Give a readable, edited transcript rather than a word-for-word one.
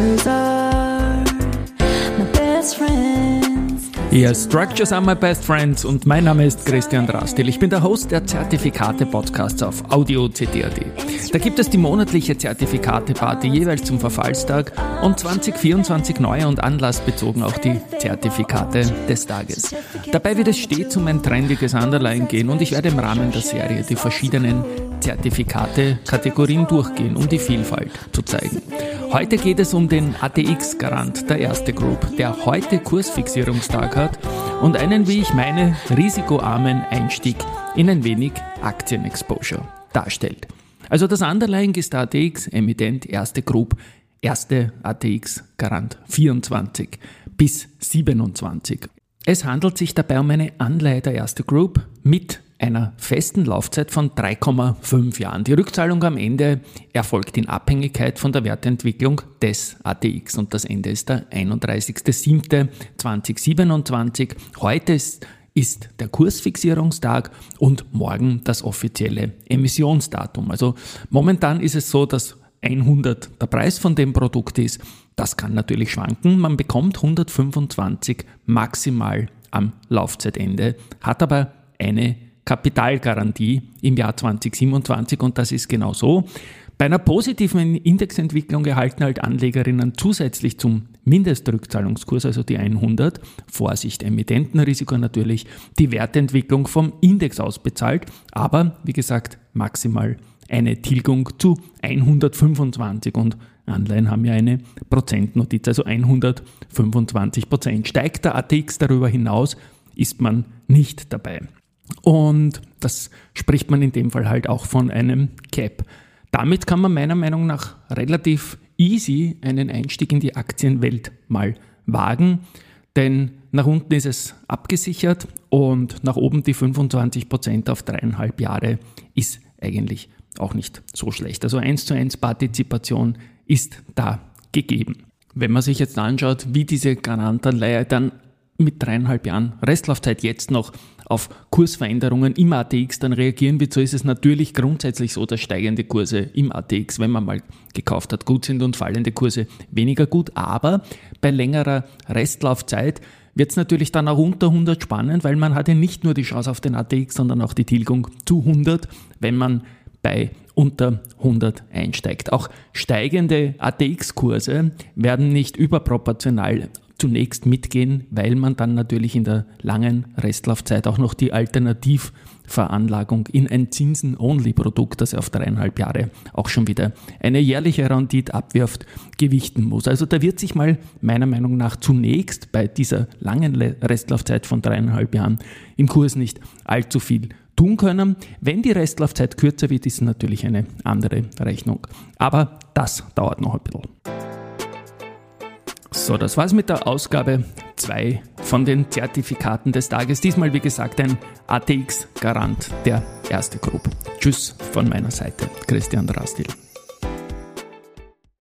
structures are my best friends. Ja, Structures are my best friends und mein Name ist Christian Drastil. Ich bin der Host der Zertifikate-Podcasts auf Audio CD.at. Da gibt es die monatliche Zertifikate-Party jeweils zum Verfallstag und 2024 neu und anlassbezogen auch die Zertifikate des Tages. Dabei wird es stets um ein trendiges Underline gehen und ich werde im Rahmen der Serie die verschiedenen Zertifikate-Kategorien durchgehen, um die Vielfalt zu zeigen. Heute geht es um den ATX-Garant der Erste Group, der heute Kursfixierungstag hat und einen, wie ich meine, risikoarmen Einstieg in ein wenig Aktienexposure darstellt. Also das Underlying ist der ATX, Emittent Erste Group, erste ATX-Garant 24 bis 27. Es handelt sich dabei um eine Anleihe der Erste Group mit einer festen Laufzeit von 3,5 Jahren. Die Rückzahlung am Ende erfolgt in Abhängigkeit von der Wertentwicklung des ATX und das Ende ist der 31.07.2027. Heute ist der Kursfixierungstag und morgen das offizielle Emissionsdatum. Also momentan ist es so, dass 100 der Preis von dem Produkt ist. Das kann natürlich schwanken. Man bekommt 125 maximal am Laufzeitende, hat aber eine Kapitalgarantie im Jahr 2027 und das ist genau so. Bei einer positiven Indexentwicklung erhalten halt Anlegerinnen zusätzlich zum Mindestrückzahlungskurs, also die 100, Vorsicht, Emittentenrisiko natürlich, die Wertentwicklung vom Index ausbezahlt, aber wie gesagt maximal eine Tilgung zu 125 und Anleihen haben ja eine Prozentnotiz, also 125%. Steigt der ATX darüber hinaus, ist man nicht dabei. Und das spricht man in dem Fall halt auch von einem Cap. Damit kann man meiner Meinung nach relativ easy einen Einstieg in die Aktienwelt mal wagen, denn nach unten ist es abgesichert und nach oben die 25% auf 3,5 Jahre ist eigentlich auch nicht so schlecht. Also 1:1 Partizipation ist da gegeben. Wenn man sich jetzt anschaut, wie diese Garantanleihe dann mit 3,5 Jahren Restlaufzeit jetzt noch auf Kursveränderungen im ATX dann reagieren wird, so ist es natürlich grundsätzlich so, dass steigende Kurse im ATX, wenn man mal gekauft hat, gut sind und fallende Kurse weniger gut. Aber bei längerer Restlaufzeit wird es natürlich dann auch unter 100 spannend, weil man hat ja nicht nur die Chance auf den ATX, sondern auch die Tilgung zu 100, wenn man bei unter 100 einsteigt. Auch steigende ATX-Kurse werden nicht überproportional zunächst mitgehen, weil man dann natürlich in der langen Restlaufzeit auch noch die Alternativveranlagung in ein Zinsen-Only-Produkt, das auf 3,5 Jahre auch schon wieder eine jährliche Rendite abwirft, gewichten muss. Also da wird sich mal meiner Meinung nach zunächst bei dieser langen Restlaufzeit von 3,5 Jahren im Kurs nicht allzu viel tun können. Wenn die Restlaufzeit kürzer wird, ist natürlich eine andere Rechnung. Aber das dauert noch ein bisschen. So, das war's mit der Ausgabe 2 von den Zertifikaten des Tages. Diesmal, wie gesagt, ein ATX-Garant der Erste Group. Tschüss von meiner Seite, Christian Drastil.